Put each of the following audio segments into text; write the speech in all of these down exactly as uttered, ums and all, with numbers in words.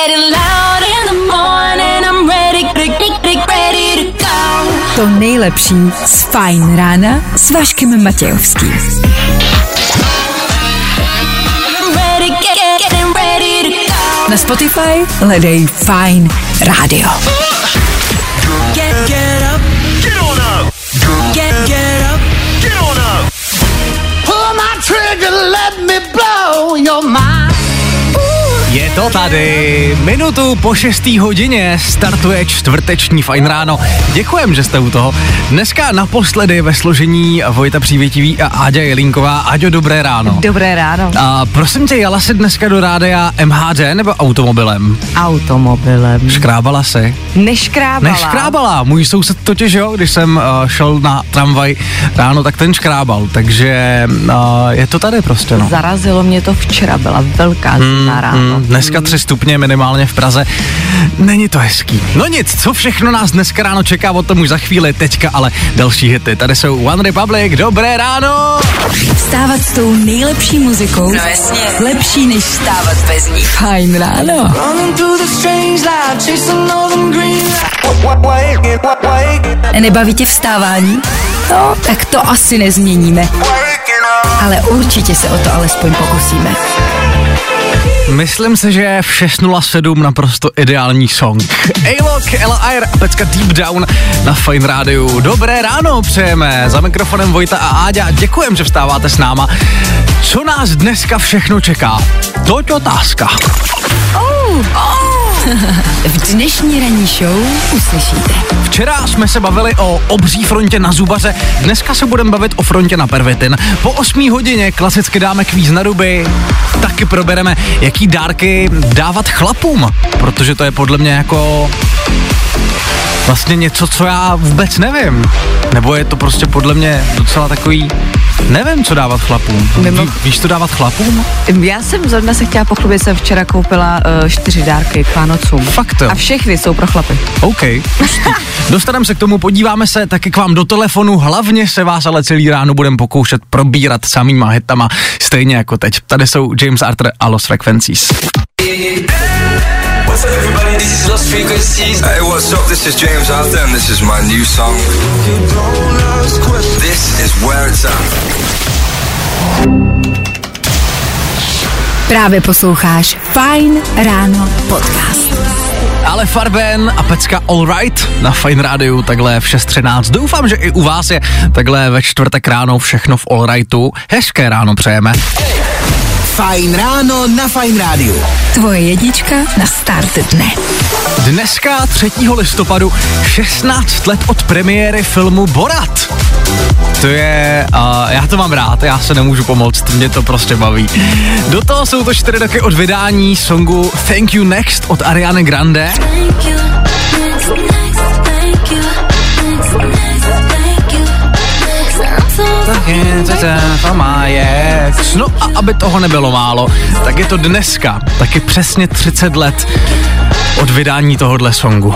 To nejlepší z Fajn rána s Vaškem Matějovským. Na Spotify hledej Fajn rádio. Je to tady. Minutu po šestý hodině startuje čtvrteční Fajn ráno. Děkujem, že jste u toho. Dneska naposledy ve složení Vojta Přívětivý a Áďa Jelínková. Áďo, dobré ráno. Dobré ráno. A prosím tě, jela jsi dneska do rádia M H D nebo automobilem? Automobilem. Škrábala jsi? Neškrábala. Neškrábala. Můj soused totiž, jo, když jsem uh, šel na tramvaj ráno, tak ten škrábal. Takže uh, je to tady prostě, no. Zarazilo mě to včera, byla velká zima hmm, ráno. Hmm, dneska tři stupně minimálně v Praze. Není to hezký. No nic, co všechno nás dneska ráno čeká, o tom už za chvíli, teďka ale další hity. Tady jsou One Republic, dobré ráno! Vstávat s tou nejlepší muzikou. No jasně. Lepší než vstávat bez ní. Fajn ráno. Nebaví tě vstávání? No, tak to asi nezměníme. Ale určitě se o to alespoň pokusíme. Myslím si, že v šest nula sedm naprosto ideální song. A-Lock, Ella Air a pecka Deep Down na Fajn rádiu. Dobré ráno přejeme. Za mikrofonem Vojta a Áďa. Děkujem, že vstáváte s náma. Co nás dneska všechno čeká? To je otázka. Oh, oh. V dnešní ranní show uslyšíte. Včera jsme se bavili o obří frontě na zubaře, dneska se budeme bavit o frontě na pervitin. Po osmé hodině klasicky dáme kvíz na ruby, taky probereme, jaký dárky dávat chlapům, protože to je podle mě jako vlastně něco, co já vůbec nevím. Nebo je to prostě podle mě docela takový, nevím, co dávat chlapům. Mimo... Ví, víš, co dávat chlapům? Já jsem zrovna se chtěla pochlubit, jsem včera koupila uh, čtyři dárky k Vánocům. Fakt jo. A všechny jsou pro chlapy. OK. Dostaneme se k tomu, podíváme se taky k vám do telefonu, hlavně se vás ale celý ráno budeme pokoušet probírat samýma hitama, stejně jako teď. Tady jsou James Arthur a Lost Frequencies. What's up, everybody? This is Lost Frequencies. Hey, what's up? This is James Arthur, and this is my new song. This is Where It's At. Právě posloucháš Fajn ráno podcast. Ale Farben a pecka All Right na Fajn rádiu takhle v šest třináct. Doufám, že i u vás je takhle ve čtvrtek ráno všechno v All Rightu. Hezké ráno přejeme. Fajn ráno na Fajn rádiu. Tvoje jednička na start dne. Dneska třetího listopadu šestnáct let od premiéry filmu Borat. To je, uh, já to mám rád, já se nemůžu pomoct, mě to prostě baví. Do toho jsou to čtyři roky od vydání songu Thank You Next od Ariany Grande. No a aby toho nebylo málo, tak je to dneska taky přesně třicet let od vydání tohohle songu.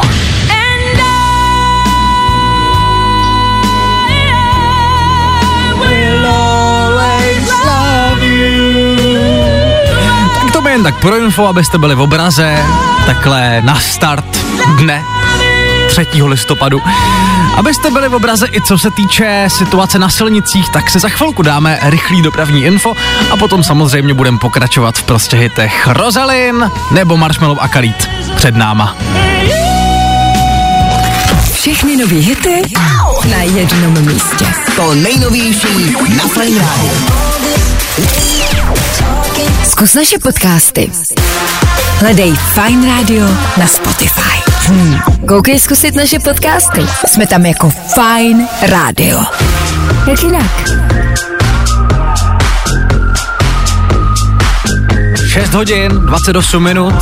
Tak to by jen tak pro info, abyste byli v obraze, takhle na start dne třetího listopadu. Abyste byli v obraze i co se týče situace na silnicích, tak se za chvilku dáme rychlý dopravní info a potom samozřejmě budeme pokračovat v prostě hitech Rozalin nebo Marshmello a Khalid před náma. Všechny nový hity na jednom místě. To nejnovější na Fajn rádiu. Zkus naše podcasty. Hledej Fajn rádio na Spotify. Hmm. Koukej zkusit naše podcasty. Jsme tam jako Fajn rádio. Jak jinak? šest hodin, dvacet osm minut.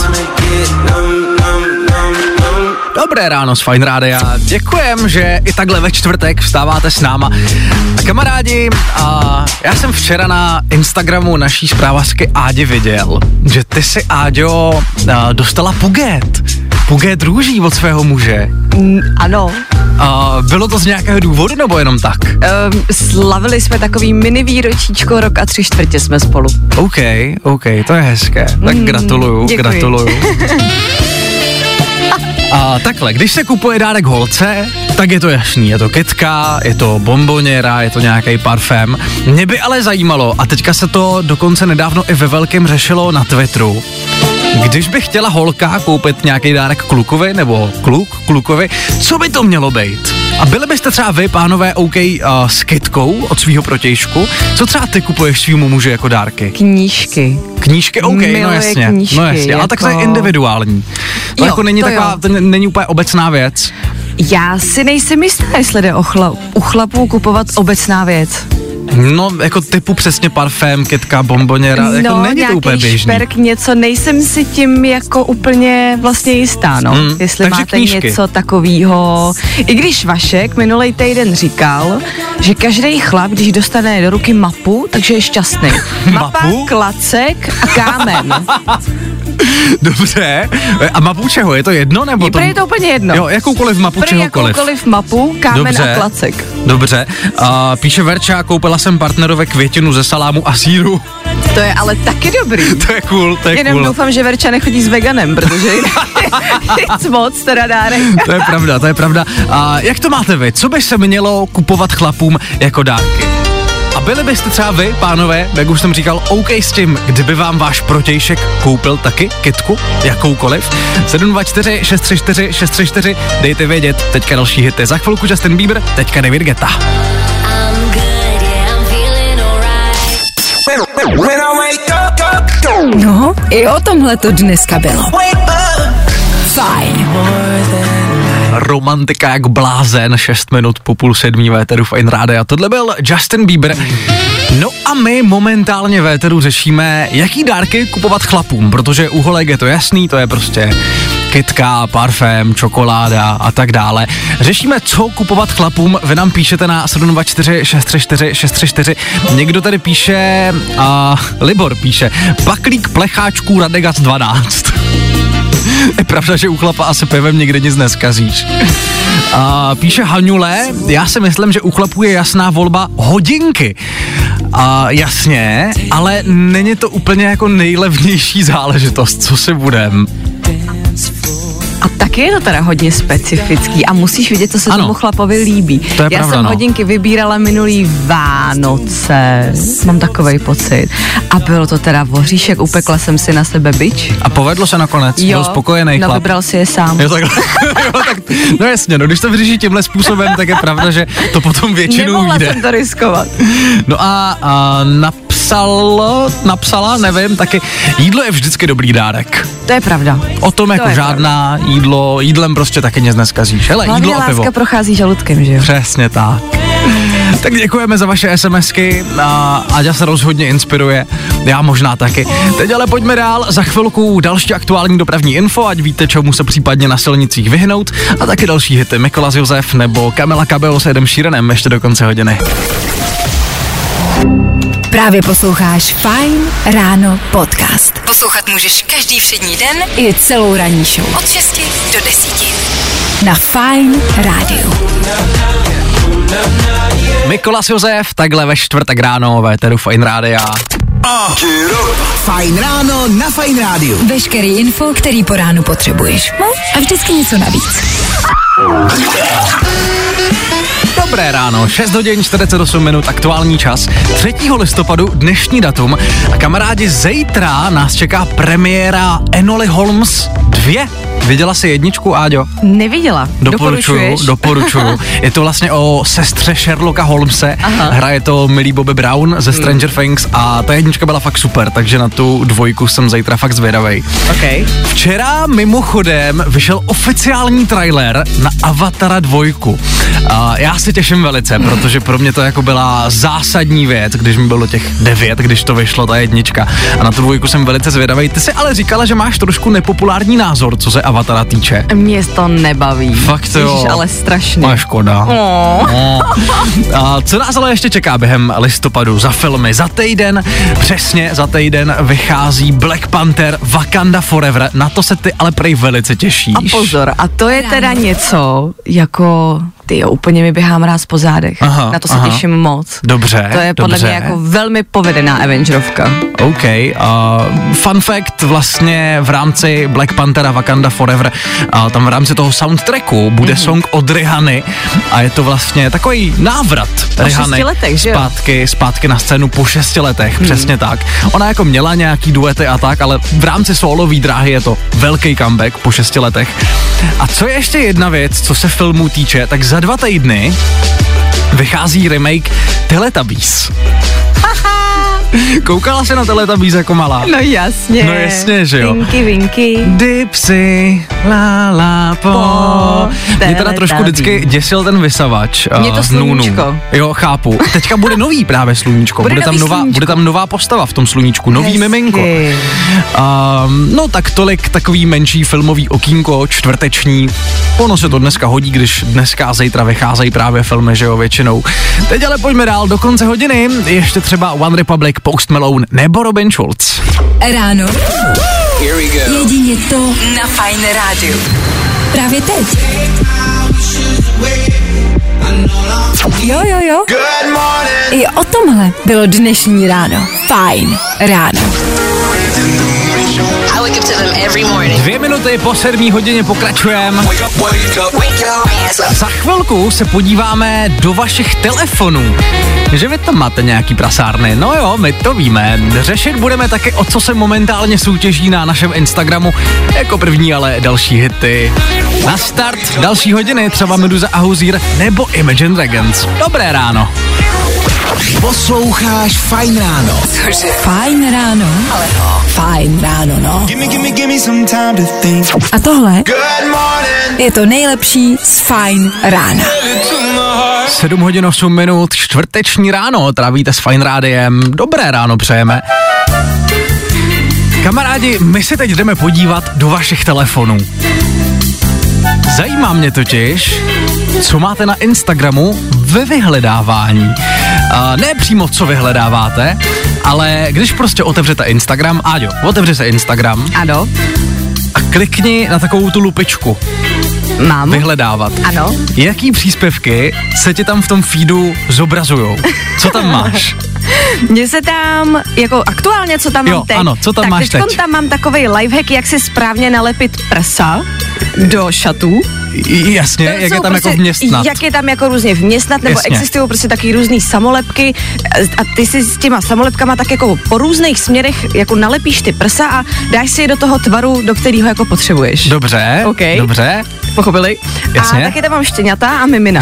Dobré ráno z Fajn rádia. Děkujem, že i takhle ve čtvrtek vstáváte s náma. A kamarádi, a já jsem včera na Instagramu naší zprávařky Ádě viděl, že ty si, Áďo, dostala pugét. Pugét růží od svého muže. Mm, ano. Uh, bylo to z nějakého důvodu nebo jenom tak? Um, slavili jsme takový mini výročíčko, rok a tři čtvrtě jsme spolu. OK, OK, to je hezké. Tak mm, gratuluju, děkuji. gratuluju. A takhle, když se kupuje dárek holce, tak je to jasný, je to kytka, je to bonboniera, je to nějaký parfém. Mě by ale zajímalo, a teďka se to dokonce nedávno i ve velkém řešilo na Twitteru, když by chtěla holka koupit nějaký dárek klukovi, nebo kluk klukovi, co by to mělo být? A byli byste třeba vy, pánové, OK uh, s kytkou od svýho protějšku? Co třeba ty kupuješ svýmu muži jako dárky? Knížky. Knížky, OK, Miluje no jasně, knížky, no jasně, ale jako... tak to je individuální. To Jo, jako není to taková, jo. to není úplně obecná věc. Já si nejsem jistá, jestli jde o chla- u chlapů kupovat obecná věc. No, jako typu přesně parfém, kytka, bonboniera, no, jako není to úplně běžný. šperk, něco, nejsem si tím jako úplně vlastně jistá, no. Hmm, Jestli takže máte knížky. něco takového. I když Vašek minulej týden říkal, že každý chlap, když dostane do ruky mapu, takže je šťastný. Mapa, Mapu? klacek a kámen. Dobře, a mapu čeho, je to jedno nebo Je, to? je to úplně jedno. Jo, jakoukoliv mapu Prý čehokoliv. jakoukoliv mapu, kámen Dobře. a klacek. Dobře, a píše Verča, koupila jsem partnerovi květinu ze salámu a sýru. To je ale taky dobrý. To je cool, to je Jenom cool. doufám, že Verča nechodí s veganem, protože nic moc teda dárek. To je pravda, to je pravda. A jak to máte vy? Co by se mělo kupovat chlapům jako dárky? A byli byste třeba vy, pánové, jak už jsem říkal, OK s tím, kdyby vám váš protějšek koupil taky kytku, jakoukoliv? sedm dva čtyři šest tři čtyři šest tři čtyři, dejte vědět, teďka další hity. Za chvilku Justin Bieber, teďka David Guetta. No, i o tomhle to dneska bylo. Fajn. Romantika jak blázen, šest minut po půl sedmí véteru Fajn rádia. Tohle byl Justin Bieber. No a my momentálně véteru řešíme, jaký dárky kupovat chlapům, protože u holek je to jasný, to je prostě kytka, parfém, čokoláda a tak dále. Řešíme, co kupovat chlapům, vy nám píšete na sedm dva čtyři šest tři čtyři šest tři čtyři. Někdo tady píše, a Libor píše, paklík plecháčků Radegas dvanáct. Je pravda, že u chlapa asi pivem nikdy nic neskazíš. A píše Haňule, já si myslím, že u chlapů je jasná volba hodinky. A jasně, ale není to úplně jako nejlevnější záležitost, co si budem. A taky je to teda hodně specifický a musíš vidět, co se Ano. tomu chlapovi líbí. To je Já pravda, jsem no. hodinky vybírala minulý Vánoce, mám takovej pocit. A bylo to teda voříšek, upekla jsem si na sebe bič. A povedlo se nakonec, byl spokojený no chlap. vybral si je sám. Jo, takhle. Jo, tak, no jasně, no když to vyřeší tímhle způsobem, tak je pravda, že to potom většinou Nemohla jde. jsem to riskovat. No a, a napsal, napsala, nevím, taky jídlo je vždycky dobrý dárek. To je pravda. O tom To jako je žádná jídlo, jídlem prostě taky nic neskazíš. Hele, Hlavně jídlo a pivo. láska prochází žaludkem, že jo? Přesně tak. Tak děkujeme za vaše SMSky a Aďa se rozhodně inspiruje, já možná taky. Teď ale pojďme dál, za chvilku další aktuální dopravní info, ať víte, čemu se případně na silnicích vyhnout a taky další hity Mikolas Josef nebo Kamila Cabello s Edem Sheeranem ještě do konce hodiny. Právě posloucháš Fajn ráno podcast. Poslouchat můžeš každý všední den i celou ranní show. Od šesti do desíti. Na Fajn rádiu. Mikolas Josef, takhle ve čtvrtek ráno ve éteru Fajn rádia. Fajn ráno na Fajn rádiu. Veškerý info, který po ránu potřebuješ. No a vždycky něco navíc. Dobré ráno, šest hodin čtyřicet osm minut, aktuální čas, třetího listopadu, dnešní datum. A kamarádi, zítra nás čeká premiéra Enoly Holmes dvě. Viděla jsi jedničku, Áďo? Neviděla. Doporučuju, Doporučuješ? doporučuju. Je to vlastně o sestře Sherlocka Holmese, Aha. hraje to Millie Bobby Brown ze Stranger Things a ta jednička byla fakt super, takže na tu dvojku jsem zítra fakt zvědavej. Okay. Včera mimochodem vyšel oficiální trailer na Avatara dvojku. A já se těším velice, protože pro mě to jako byla zásadní věc, když mi bylo těch devět, když to vyšlo, ta jednička. A na tu dvojku jsem velice zvědavej. Ty jsi ale říkala, že máš trošku nepopulární názor, co se Avatara týče. Mě to nebaví. Fakt jo. Ježiš, ale strašně. No, škoda. Oh. No. A co nás ale ještě čeká během listopadu za filmy? Za týden, přesně za týden vychází Black Panther Wakanda Forever. Na to se ty ale prej velice těšíš. A pozor, a to je teda něco jako Ty jo, úplně mi běhá mráz po zádech. Aha, na to se aha. těším moc. Dobře, to je podle dobře. mě jako velmi povedená Avengerovka. OK. Uh, fun fact, vlastně v rámci Black Panthera Wakanda Forever, uh, tam v rámci toho soundtracku bude mm-hmm. song od Rihany a je to vlastně takový návrat Rihany zpátky, zpátky na scénu po šesti letech, mm. přesně tak. Ona jako měla nějaký duety a tak, ale v rámci solový dráhy je to velký comeback po šesti letech. A co je ještě jedna věc, co se filmu týče, tak za dva týdny vychází remake Teletubbies. Koukala se na Teletubbies jako malá? No jasně. No jasně, že jo. Vinky, vinky. Dipsy, la la po. po Mě teda trošku vždycky děsil ten vysavač. Mě to sluníčko. Nunu. Jo, chápu. Teďka bude nový právě sluníčko. Bude, bude, tam nová, sluníčko. bude tam nová postava v tom sluníčku, nový Hezky. miminko. Um, no tak tolik takový menší filmový okýnko, čtvrteční. Ono se to dneska hodí, když dneska a zítra vycházejí právě filmy, že jo, většinou. Teď ale pojďme dál, do konce hodiny ještě třeba One Republic, Post Malone nebo Robin Schulz. Ráno. Here we go. Jedině to na Fajn rádiu. Právě teď. Jo, jo, jo. Good morning. I o tomhle bylo dnešní ráno. Fajn ráno. I wake up to them every morning. Dvě minuty po sedmý hodině pokračujeme. Za chvilku se podíváme do vašich telefonů. Že vy tam máte nějaký prasárny? No jo, my to víme. Řešit budeme taky, o co se momentálně soutěží na našem Instagramu. Jako první ale další hity. Na start další hodiny, třeba Meduza a Hozier nebo Imagine Dragons. Dobré ráno. Posloucháš Fajn ráno. Cože? Fajn ráno? Ale no, fajn ráno, no. Gimme, gimme, gimme some time to think. A tohle Good morning. je to nejlepší z Fajn rána. sedm hodin osm minut, čtvrteční ráno, trávíte s Fajn rádiem. Dobré ráno přejeme. Kamarádi, my se teď jdeme podívat do vašich telefonů. Zajímá mě totiž, co máte na Instagramu ve vyhledávání. Uh, ne přímo, co vyhledáváte, ale když prostě otevřete Instagram, Áďo, otevři se Instagram. Ano. A klikni na takovou tu lupičku. Mám. Vyhledávat. Ano. Jaký příspěvky se ti tam v tom feedu zobrazujou? Co tam máš? Mně se tam, jako aktuálně, co tam Jo, mám teď. ano, co tam tak máš teď? tam mám takovej lifehack, jak si správně nalepit prsa do šatů. I, jasně, To jak je jsou tam prostě, jako vměstnat. Jak je tam jako různě vměstnat, nebo Jasně. existují prostě taky různý samolepky a ty si s těma samolepkama tak jako po různých směrech jako nalepíš ty prsa a dáš si je do toho tvaru, do kterého jako potřebuješ. Dobře, Okay. dobře. Pochopili? Jasně. A taky tam mám štěňata a mimina.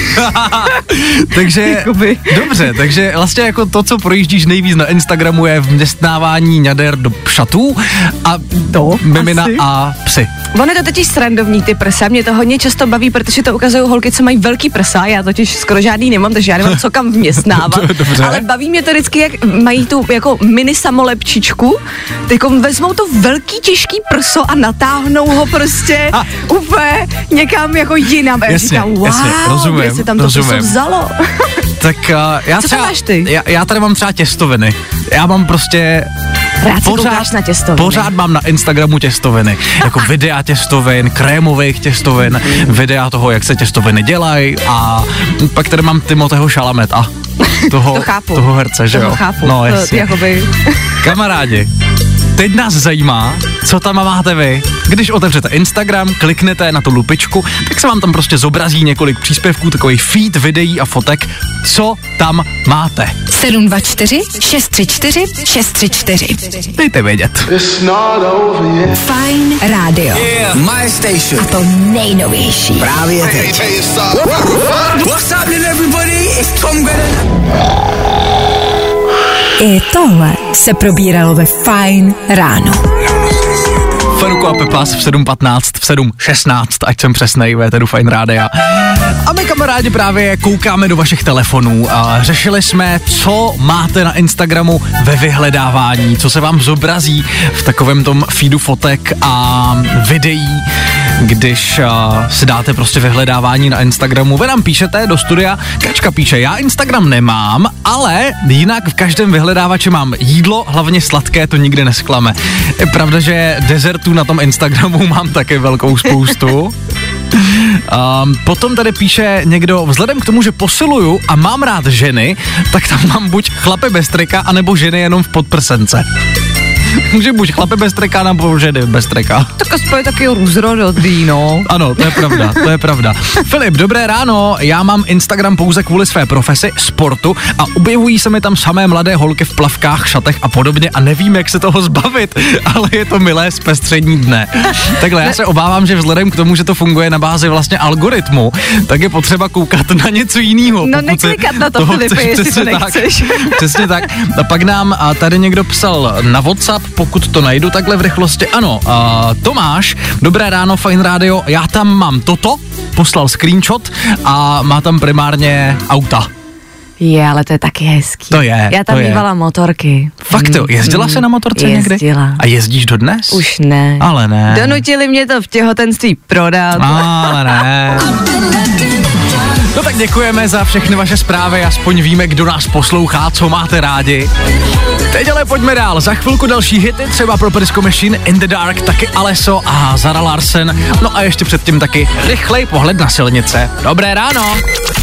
takže, Jakoby. dobře, takže vlastně jako to, co projíždíš nejvíc na Instagramu je vměstnávání ňader do šatů a To mimina asi. a psy. Ono je to totiž srandovní ty prsa, mě to hodně často baví, protože to ukazují holky, co mají velký prsa, já totiž skoro žádný nemám, takže já nemám co kam vměstnávat. Dobře. Ale baví mě to vždycky, jak mají tu jako mini samolepčičku, teďko vezmou to velký těžký prso a natáhnou ho prostě A. úplně někam jako jinam. A já Jasně, říkám, wow, jasně, rozumím, kde se tam to rozumím. prso vzalo. Tak uh, já Co tam třeba, máš ty? Já, já tady mám třeba těstoviny. Já mám prostě Rád se koukáš na těstoviny. Pořád mám na Instagramu těstoviny. Jako videa těstovin, krémových těstovin, videa toho, jak se těstoviny dělají a pak tady mám Timothého Chalameta. Toho, To chápu. toho herce, že Toho jo? chápu. No, To, jasně. jakoby... Kamarádi, teď nás zajímá, co tam máte vy. Když otevřete Instagram, kliknete na tu lupičku, tak se vám tam prostě zobrazí několik příspěvků, takový feed videí a fotek, co tam máte. sedm dva čtyři šest tři čtyři šest tři čtyři. Dejte vědět. Fajn rádio. Yeah. My station. A to nejnovější. Právě teď. What's happening, everybody? It's Tom Grennan. I tohle se probíralo ve Fajn ráno. Faruko a Pepas v sedm patnáct, v sedm šestnáct, ať jsem přesnej, ve Éteru Fajn rádia. A my, kamarádi, právě koukáme do vašich telefonů a řešili jsme, co máte na Instagramu ve vyhledávání, co se vám zobrazí v takovém tom feedu fotek a videí, když uh, si dáte prostě vyhledávání na Instagramu. Vy nám píšete do studia, Kačka píše, já Instagram nemám, ale jinak v každém vyhledávači mám jídlo, hlavně sladké, to nikdy nesklame. Je pravda, že dezertů na tom Instagramu mám taky velkou spoustu. Um, potom tady píše někdo, vzhledem k tomu, že posiluju a mám rád ženy, tak tam mám buď chlapy bez trika, anebo ženy jenom v podprsence. Může buď chlapy bez trika, nebo ženy bez trika. Tak aspoň taky různorodý, no. Ano, to je pravda, to je pravda. Filip, dobré ráno, já mám Instagram pouze kvůli své profesi, sportu a objevují se mi tam samé mladé holky v plavkách, šatech a podobně a nevím, jak se toho zbavit, ale je to milé zpestření dne. Takhle, já se obávám, že vzhledem k tomu, že to funguje na bázi vlastně algoritmu, tak je potřeba koukat na něco jiného. No neklikat na to, Filipe, jestli to nechceš. Tak, přesně tak. A pak nám a tady někdo psal na WhatsApp, pokud to najdu takhle v rychlosti. Ano, uh, Tomáš, dobré ráno, Fajn rádio, já tam mám toto, poslal screenshot a má tam primárně auta. Je, ale to je taky hezký. To je, Já tam to bývala je. motorky. Fakt jo, jezdila mm, jsi na motorce jezdila. někdy? A jezdíš dodnes? Už ne. Ale ne. Donutili mě to v těhotenství prodat. Ale ne. No tak děkujeme za všechny vaše zprávy, aspoň víme, kdo nás poslouchá, co máte rádi. Teď ale pojďme dál, za chvilku další hity, třeba pro Disco Machine, In the Dark, taky Alesso a Zara Larsen. No a ještě předtím taky rychlej pohled na silnice. Dobré ráno.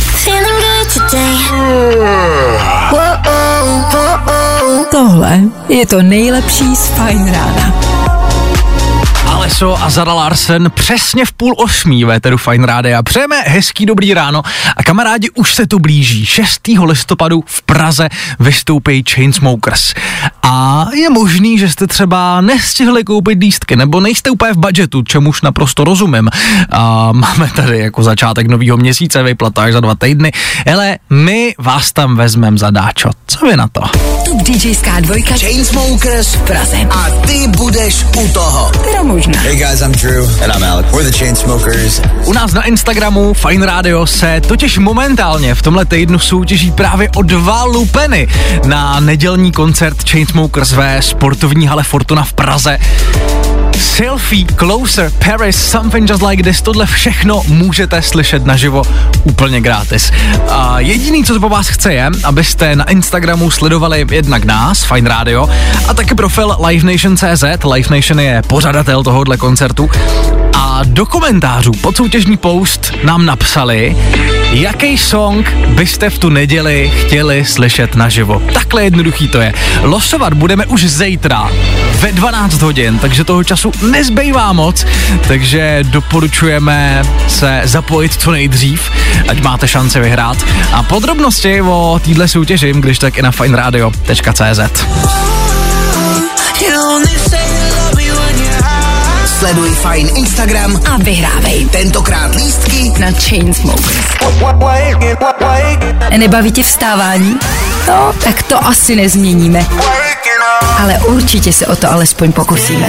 Tohle je to nejlepší z Fajn rána. Alesso a Zara Larsen přesně v půl osmí véteru Fajn rádia. Přejeme hezký dobrý ráno a kamarádi, už se to blíží. šestého listopadu v Praze vystoupí Chainsmokers. A je možný, že jste třeba nestihli koupit lístky, nebo nejste úplně v budgetu, čemuž naprosto rozumím. A máme tady jako začátek nového měsíce, vyplata až za dva týdny, ale my vás tam vezmeme za dáčo. Co vy na to? Top DJská dvojka Chainsmokers v Praze. a ty budeš u toho. Teda možná. Hey guys, I'm Drew. And I'm Alec. We're the Chainsmokers. U nás na Instagramu Fajn rádio se totiž momentálně v tomhle týdnu soutěží právě o dva lupeny na nedělní koncert Chainsmokers ve sportovní hale Fortuna v Praze. Selfie, Closer, Paris, Something Just Like This, tohle všechno můžete slyšet naživo úplně gratis. A jediný, co to po vás chce, je, abyste na Instagramu sledovali jednak nás, Fajn rádio, a taky profil Live Nation tečka cé zet. Live Nation je pořadatel tohohle koncertu. A do komentářů pod soutěžní post nám napsali, jaký song byste v tu neděli chtěli slyšet naživo. Takhle jednoduchý to je. Losovat budeme už zítra ve dvanáct hodin, takže toho času nezbývá moc, takže doporučujeme se zapojit co nejdřív, ať máte šanci vyhrát. A podrobnosti o téhle soutěži, když tak i na fajn radio tečka cé zet. Sleduj Fajn Instagram A vyhrávej tentokrát lístky na Chainsmokers. Nebaví tě vstávání? No, tak to asi nezměníme. Ale určitě se o to alespoň pokusíme.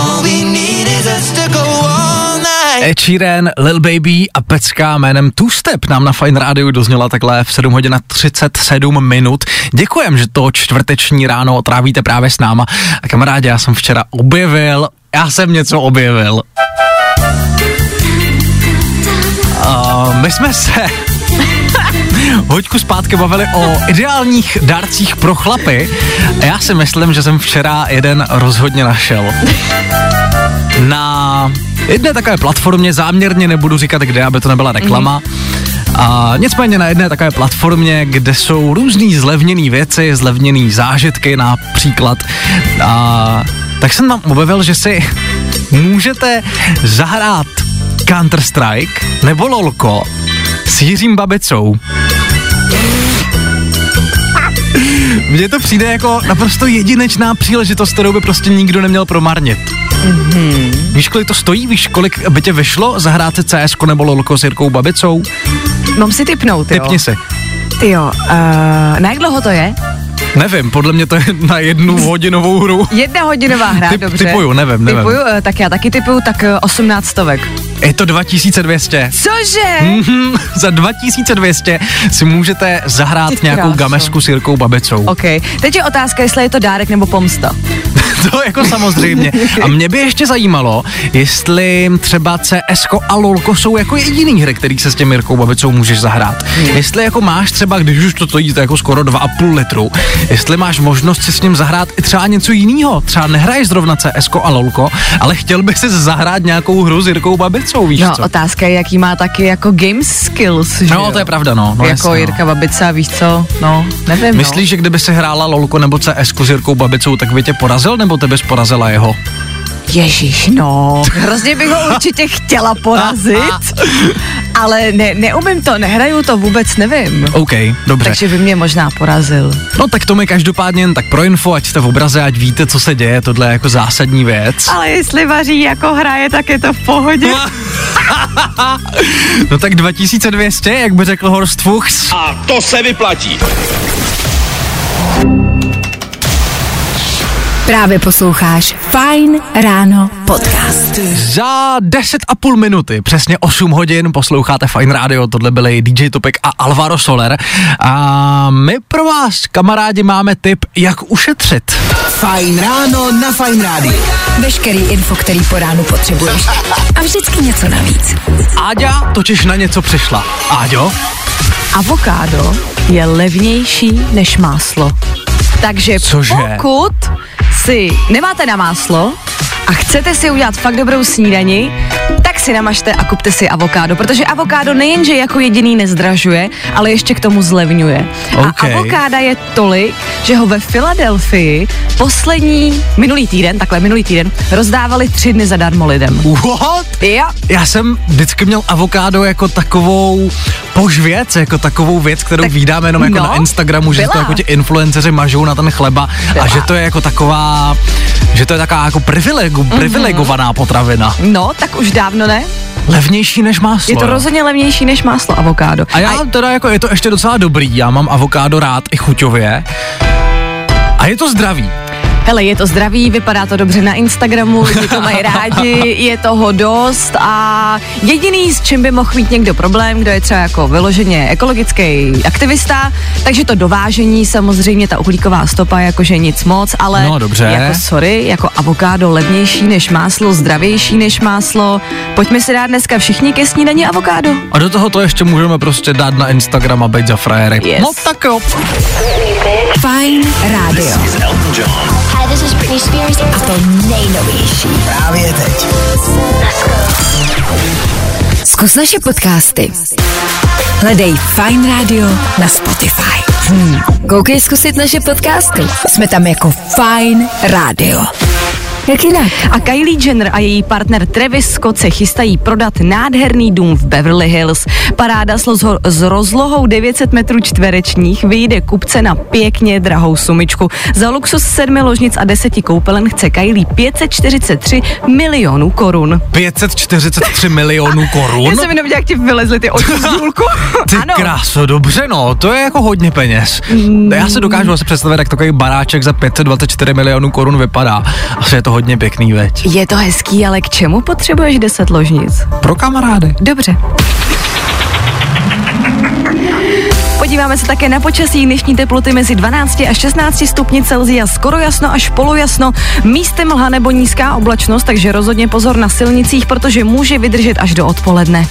Ed Sheeran, Lil Baby a pecka jménem Two Step nám na Fajn rádiu dozněla takhle v sedm hodin a třicet sedm minut. Děkujem, že to čtvrteční ráno trávíte právě s náma. A kamarádi, já jsem včera objevil, já jsem něco objevil. Uh, my jsme se hoďku zpátky bavili o ideálních dárcích pro chlapy. A já si myslím, že jsem včera jeden rozhodně našel. Na jedné takové platformě, záměrně nebudu říkat kde, aby to nebyla reklama, a nicméně na jedné takové platformě, kde jsou různý zlevněný věci, zlevněný zážitky například, a tak jsem tam objevil, že si můžete zahrát Counter-Strike nebo LOLko s Jiřím Babicou. Mně to přijde jako naprosto jedinečná příležitost, kterou by prostě nikdo neměl promarnit. Mm-hmm. Víš, kolik to stojí? Víš, kolik by tě vyšlo zahrát si C S ko nebo LOLko s Jirkou Babicou? Mám si tipnout, jo? Tipni si. Tyjo, uh, na jak dlouho to je? Nevím, podle mě to je na jednu hodinovou hru. Jedna hodinová hra, Typ, dobře. Typuju, nevím, nevím. Typuju, uh, tak já taky typuju, tak uh, osmnáct stovek. Je to dva tisíce dvě stě. Cože? Mm-hmm, za dva tisíce dvě stě si můžete zahrát Ty nějakou kráso. gamesku s Jirkou Babicou. OK. Teď je otázka, jestli je to dárek nebo pomsta. To jako samozřejmě. A mě by ještě zajímalo, jestli třeba C S ko a LOLko jsou jako jediný hry, který se s těm Jirkou Babicou můžeš zahrát. Hmm. Jestli jako máš třeba, když už to stojí to jako skoro dva a půl litru, jestli máš možnost si s ním zahrát i třeba něco jiného. Třeba nehraješ zrovna C S ko a LOLko, ale chtěl by si zahrát nějakou hru s Jirkou Babicou. nejsou, víš no, co. otázka je, jaký má taky jako game skills, že No, jo? to je pravda, no. no jako jasně, Jirka no. Babica, víš co? No, nevím, Myslíš, no. že kdyby si hrála lolko nebo C S ku s Jirkou Babicou, tak by tě porazil, nebo ty bys porazila jeho? Ježíš, no, hrozně bych ho určitě chtěla porazit, ale ne, neumím to, nehraju to, vůbec nevím. OK, dobře. Takže by mě možná porazil. No tak to mi každopádně jen tak pro info, ať jste v obraze, ať víte, co se děje, tohle je jako zásadní věc. Ale jestli vaří jako hraje, tak je to v pohodě. No tak dva tisíce dvě stě, jak by řekl Horst Fuchs. A to se vyplatí. Právě posloucháš Fajn ráno podcast. Za deset a půl minuty, přesně osm hodin, posloucháte Fajn rádio, tohle byly D J Topek a Alvaro Soler. A my pro vás, kamarádi, máme tip, jak ušetřit. Fajn ráno na Fajn rádiu. Veškerý info, který po ránu potřebuješ. A vždycky něco navíc. Áďa totiž na něco přišla. Áďo? Avokádo je levnější než máslo. Takže Cože? pokud si nemáte na máslo a chcete si udělat fakt dobrou snídani, tak si namažte a kupte si avokádo, protože avokádo nejenže jako jediný nezdražuje, ale ještě k tomu zlevňuje. OK. A avokáda je tolik, že ho ve Filadelfii poslední, minulý týden, takhle minulý týden, rozdávali tři dny zadarmo lidem. What? Jo. Já jsem vždycky měl avokádo jako takovou požvěc, jako takovou věc, kterou Tak, vídáme jenom jako no, na Instagramu, že byla. to jako ti influenceři mažou na ten chleba Byla. a že to je jako taková, že to je taková jako privilegu, Mhm. privilegovaná potravina. No, tak už dávno ne. Levnější než máslo. Je to jo. rozhodně levnější než máslo avokádo. A já teda jako je to ještě docela dobrý, já mám avokádo rád i chuťově. A je to zdravý. Hele, je to zdravý, vypadá to dobře na Instagramu, lidi to mají rádi, je toho dost a jediný, s čím by mohl mít někdo problém, kdo je třeba jako vyloženě ekologický aktivista, takže to dovážení, samozřejmě ta uhlíková stopa, jakože nic moc, ale No, dobře. jako sorry, jako avokádo levnější než máslo, zdravější než máslo, pojďme si dát dneska všichni ke snídani avokádo. A do toho to ještě můžeme prostě dát na Instagram a být za frajery. Yes. No tak jo. Fajn rádio. Hi, this is Britney Spears. A to nejnovější. Právě teď. Zkus naše podcasty. Hledej Fajn rádio na Spotify. Hmm. Koukej zkusit naše podcasty. Jsme tam jako Fajn rádio. Jak jinak? A Kylie Jenner a její partner Travis Scott se chystají prodat nádherný dům v Beverly Hills. Paráda s, rozho- s rozlohou devět set metrů čtverečních vyjde kupce na pěkně drahou sumičku. Za luxus sedmi ložnic a deseti koupelen chce Kylie pět set čtyřicet tři milionů korun. pět set čtyřicet tři milionů korun? Já jsem jenom viděla, jak ti vylezly ty oči z důlku. Ty kráso, dobře no, to je jako hodně peněz. Mm. Já se dokážu asi představit, jak takový baráček za pět set dvacet čtyři milionů korun vypadá. Asi je to hodně pěkný, veď. Je to hezký, ale k čemu potřebuješ deset ložnic? Pro kamarády. Dobře. Podíváme se také na počasí. Dnešní teploty mezi dvanácti až šestnácti stupni Celsia, skoro jasno až polojasno, místem mlha nebo nízká oblačnost, takže rozhodně pozor na silnicích, protože může vydržet až do odpoledne.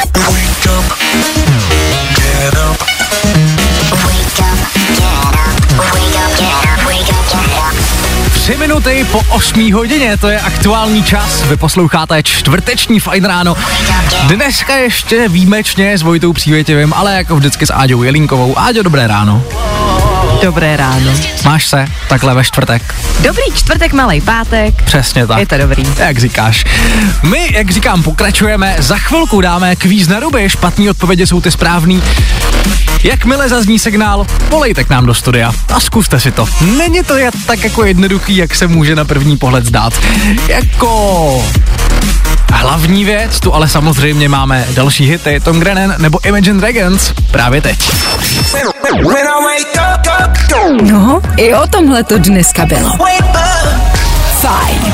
Tři minuty po osmý hodině, to je aktuální čas. Vy posloucháte čtvrteční Fajn ráno. Dneska ještě výjimečně s Vojtou Přívětivým, ale jako vždycky s Áďou Jelínkovou. Áďo, dobré ráno. Dobré ráno. Máš se takhle ve čtvrtek? Dobrý čtvrtek, malej pátek. Přesně tak. Je to dobrý. Jak říkáš. My, jak říkám, pokračujeme. Za chvilku dáme kvíz na ruby. Špatný odpovědi jsou ty správný. Jakmile zazní signál, volejte k nám do studia a zkuste si to. Není to je tak jako jednoduchý, jak se může na první pohled zdát. Jako hlavní věc, tu ale samozřejmě máme další hity, Tom Grennan nebo Imagine Dragons právě teď. No, i o tomhle to dneska bylo. Fajn.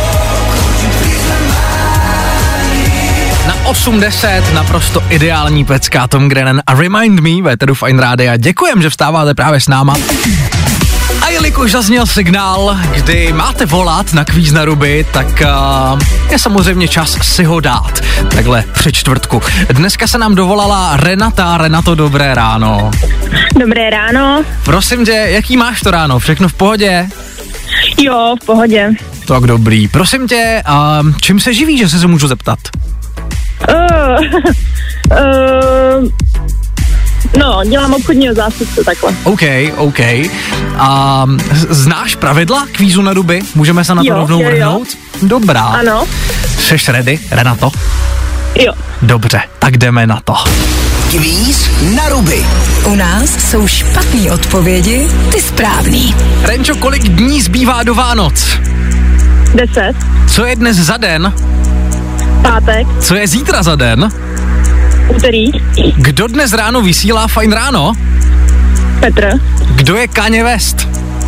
Na osm deset naprosto ideální pecka Tom Grennan a Remind Me ve Tedu Fajn rádia. Děkujem, že vstáváte právě s náma. A jelikož zazněl signál, kdy máte volat na kvíz na ruby, tak uh, je samozřejmě čas si ho dát. Takhle při čtvrtku. Dneska se nám dovolala Renata. Renato, dobré ráno. Dobré ráno. Prosím tě, jaký máš to ráno? Všechno v pohodě? Jo, v pohodě. Tak dobrý. Prosím tě, uh, čím se živí, že se se můžu zeptat? Uh, uh, no, dělám obchodního zástupce, takhle. OK, OK. A znáš pravidla kvízu na ruby? Můžeme se na to jo, rovnou jo, vrhnout? Jo. Dobrá. Ano. Jseš ready, Renato? Jo. Dobře, tak jdeme na to. Kvíz na ruby. U nás jsou špatné odpovědi, ty správný. Renčo, kolik dní zbývá do Vánoc? Deset. Co je dnes za den? Pátek. Co je zítra za den? Úterý. Kdo dnes ráno vysílá Fajn ráno? Petr. Kdo je Kanye West?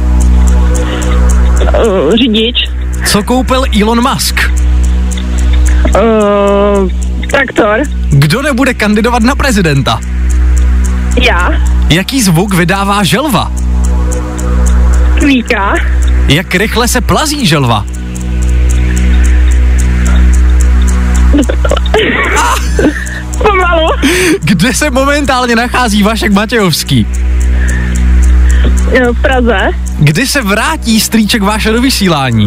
Uh, řidič. Co koupil Elon Musk? Uh, traktor. Kdo nebude kandidovat na prezidenta? Já. Jaký zvuk vydává želva? Kvíka. Jak rychle se plazí želva? Pomalu. Kde se momentálně nachází Vašek Matějovský? V Praze. Kdy se vrátí strýček Váša do vysílání?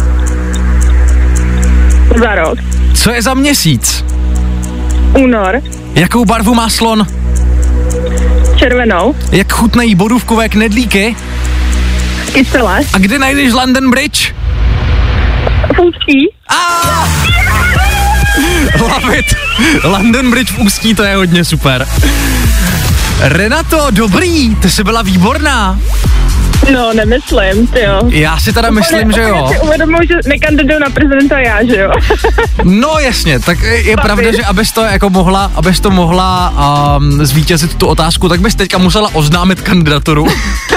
Za rok. Co je za měsíc? Únor. Jakou barvu má slon? Červenou. Jak chutnají borůvkové knedlíky? Kyselé. A kde najdeš London Bridge? V Ústí. Ah! Love it. London Bridge v Ústí, to je hodně super. Renato, dobrý, ty jsi byla výborná. No, nemyslím, ty jo. Já si teda myslím, že jo. Já si uvědomuji, že nekandiduju na prezidenta já, že jo. No jasně, tak je pravda, že abys to jako mohla, abys to mohla um, zvítězit tu otázku, tak bys teďka musela oznámit kandidaturu.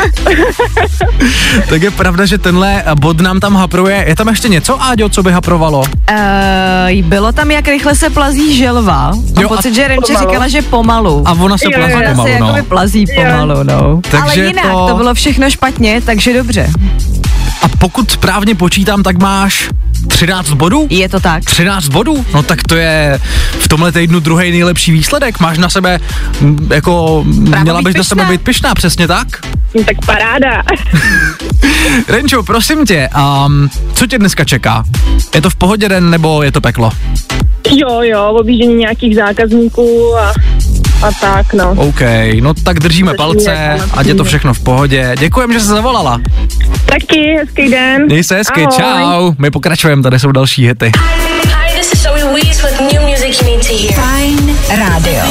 Tak je pravda, že tenhle bod nám tam hapruje. Je tam ještě něco, Áďo, co by haprovalo? Uh, bylo tam, jak rychle se plazí želva. Mám Jo, pocit, a- že Renče říkala, že pomalu. A ona se Jo, plazí jo, Ona pomalu, se no. jakoby plazí pomalu, no. Takže Ale jinak, to- to... to bylo všechno špatně, takže dobře. A pokud správně počítám, tak máš třináct bodů? Je to tak. třináct bodů? No tak to je v tomhle týdnu druhý nejlepší výsledek. Máš na sebe, m, jako, Právo měla být bys na pyšná. sebe být pyšná, přesně tak? No, tak paráda. Renčo, prosím tě, um, co tě dneska čeká? Je to v pohodě den, nebo je to peklo? Jo, jo, objíždění nějakých zákazníků a, a tak, no. OK, no tak držíme palce, ať je to všechno v pohodě. Děkujem, že jsi zavolala. Taky, hezký den. Měj se hezky, Ahoj. čau. My pokračujeme, tady jsou další hity. Hi, this is Zoe Wees with new music you need to hear. Fajn rádio.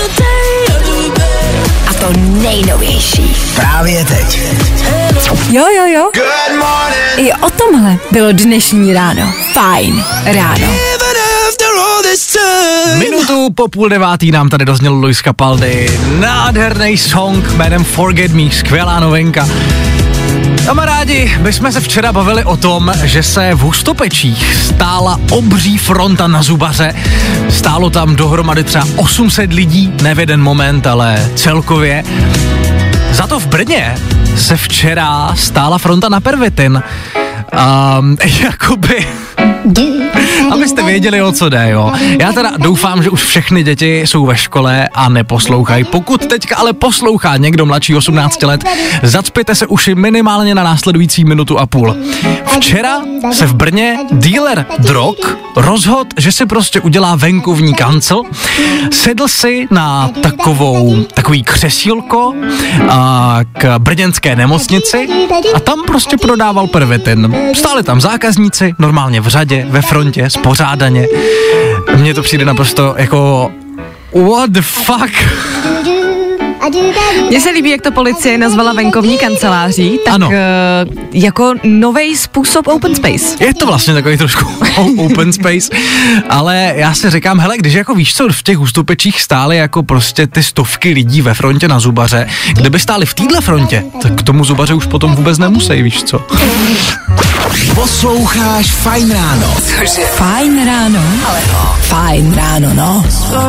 A to nejnovější. Právě teď. Jo, jo, jo. Good morning. I o tomhle bylo dnešní ráno. Fajn ráno. Even after all this time. Minutu po půl devátý nám tady dozněl Luis Capaldi. Nádherný song jménem Forget Me, skvělá novinka. Kamarádi, my jsme se včera bavili o tom, že se v Hustopečích stála obří fronta na zubaře. Stálo tam dohromady třeba osm set lidí, ne v jeden moment, ale celkově. Za to v Brně se včera stála fronta na pervitin. Um, jakoby... Abyste věděli, o co jde, jo. Já teda doufám, že už všechny děti jsou ve škole a neposlouchají. Pokud teďka ale poslouchá někdo mladší osmnáct let, zacpěte se uši minimálně na následující minutu a půl. Včera se v Brně dealer drog rozhodl, že si prostě udělá venkovní kancel, sedl si na takovou, takový křesílko a k brněnské nemocnici a tam prostě prodával pervitin. Stáli tam zákazníci, normálně v řadě, ve frontě, spořádaně. Mně to přijde naprosto jako what the fuck? Mně se líbí, jak to policie nazvala venkovní kanceláří, tak Ano. uh, jako novej způsob open space. Je to vlastně takový trošku open space, ale já si říkám, hele, když jako víš co, v těch Hustopečích stály jako prostě ty stovky lidí ve frontě na zubaře, kdyby stáli v téhle frontě, tak k tomu zubaře už potom vůbec nemusí, víš co? Posloucháš Fajn ráno. Cože? Fajn ráno. Ale no, fajn ráno, no.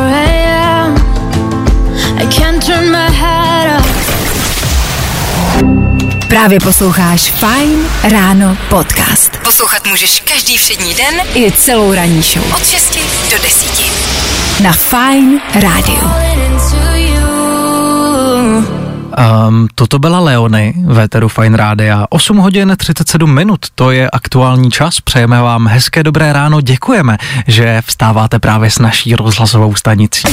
Právě posloucháš Fajn ráno podcast. Poslouchat můžeš každý všední den i celou ranní show. Od šesti do deseti. Na Fajn rádiu. Um, toto byla Leony v éteru Fajn Rádia. osm hodin třicet sedm minut, to je aktuální čas. Přejeme vám hezké dobré ráno, děkujeme, že vstáváte právě s naší rozhlasovou stanicí.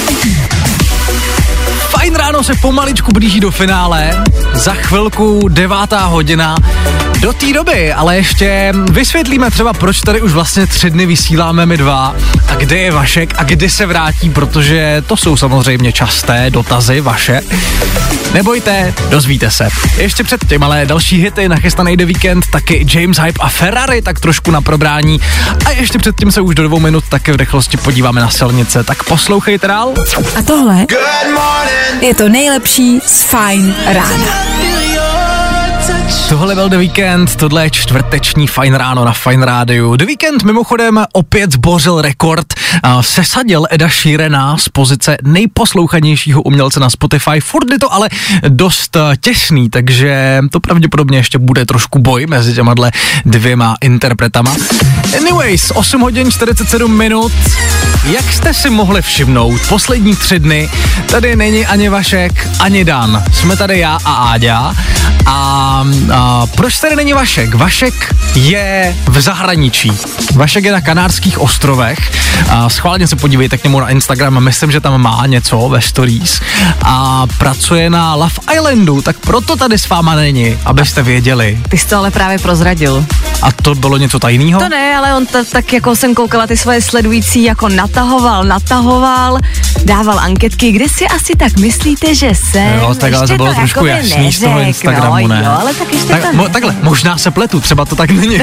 Fajn ráno se pomaličku blíží do finále, za chvilku devátá hodina. Do té doby ale ještě vysvětlíme třeba, proč tady už vlastně tři dny vysíláme my dva a kde je Vašek a kdy se vrátí, protože to jsou samozřejmě časté dotazy vaše. Nebojte, dozvíte se. Ještě předtím ale další hity, nachystaný The Weekend, taky James Hype a Ferrari, tak trošku na probrání. A ještě předtím se už do dvou minut taky v rychlosti podíváme na silnice, tak poslouchejte dál. A tohle je to nejlepší z Fajn rána. Tohle byl The Weekend, tohle je čtvrteční Fajn ráno na Fajn rádiu. The Weekend mimochodem opět zbořil rekord, sesadil Eda Sheerana z pozice nejposlouchanějšího umělce na Spotify. Furt je to ale dost těsný, takže to pravděpodobně ještě bude trošku boj mezi těma dvěma interpretama. Anyways, osm hodin čtyřicet sedm minut. Jak jste si mohli všimnout, poslední tři dny tady není ani Vašek, ani Dan. Jsme tady já a Áďa. A, a proč tady není Vašek? Vašek je v zahraničí. Vašek je na Kanárských ostrovech. A schválně se podívejte k němu na Instagram, myslím, že tam má něco ve stories. A pracuje na Love Islandu, tak proto tady s váma není, abyste věděli. Ty jsi to ale právě prozradil. A to bylo něco tajného? To ne, ale on t- tak jako jsem koukala ty svoje sledující, jako natahoval, natahoval, dával anketky, kde si asi tak myslíte, že jsem? Jo, tak ale to bylo to trošku jako jasný z toho Instagramu, no, ne? Jo, ale tak ještě tak, to mo- ne. Takhle, možná se pletu, třeba to tak není.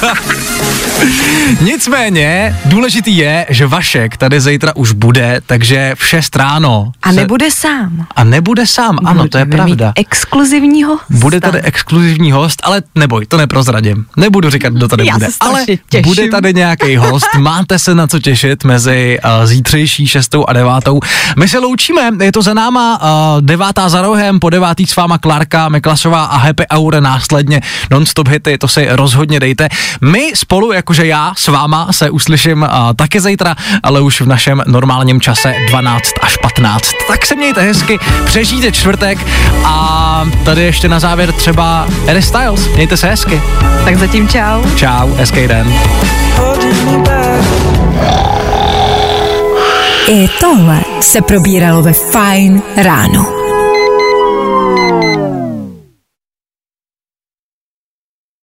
Nicméně, důležitý je, že Vašek tady zítra už bude, takže v šest ráno. A se... nebude sám. A nebude sám, ano, to je Budeme pravda. mít exkluzivního hosta. Bude tady exkluzivní host, ale neboj, to neprozradím. Nebudu říkat, kdo tady Já bude. se Ale těším. bude tady nějaký host, máte se na co těšit mezi uh, zítřejší šestou a devátou. My se loučíme, je to za náma uh, devátá za rohem, po devátý s váma Klárka Miklasová a Happy Hour, následně non-stop hity, to si rozhodně dejte. My spolu, jakože já s váma, se uslyším uh, taky zítra, ale už v našem normálním čase dvanáct až patnáct. Tak se mějte hezky, přežijte čtvrtek a tady ještě na závěr třeba Harry Styles. Mějte se hezky. Tak zatím čau. Čau, hezký den. I tohle se probíralo ve Fajn ráno.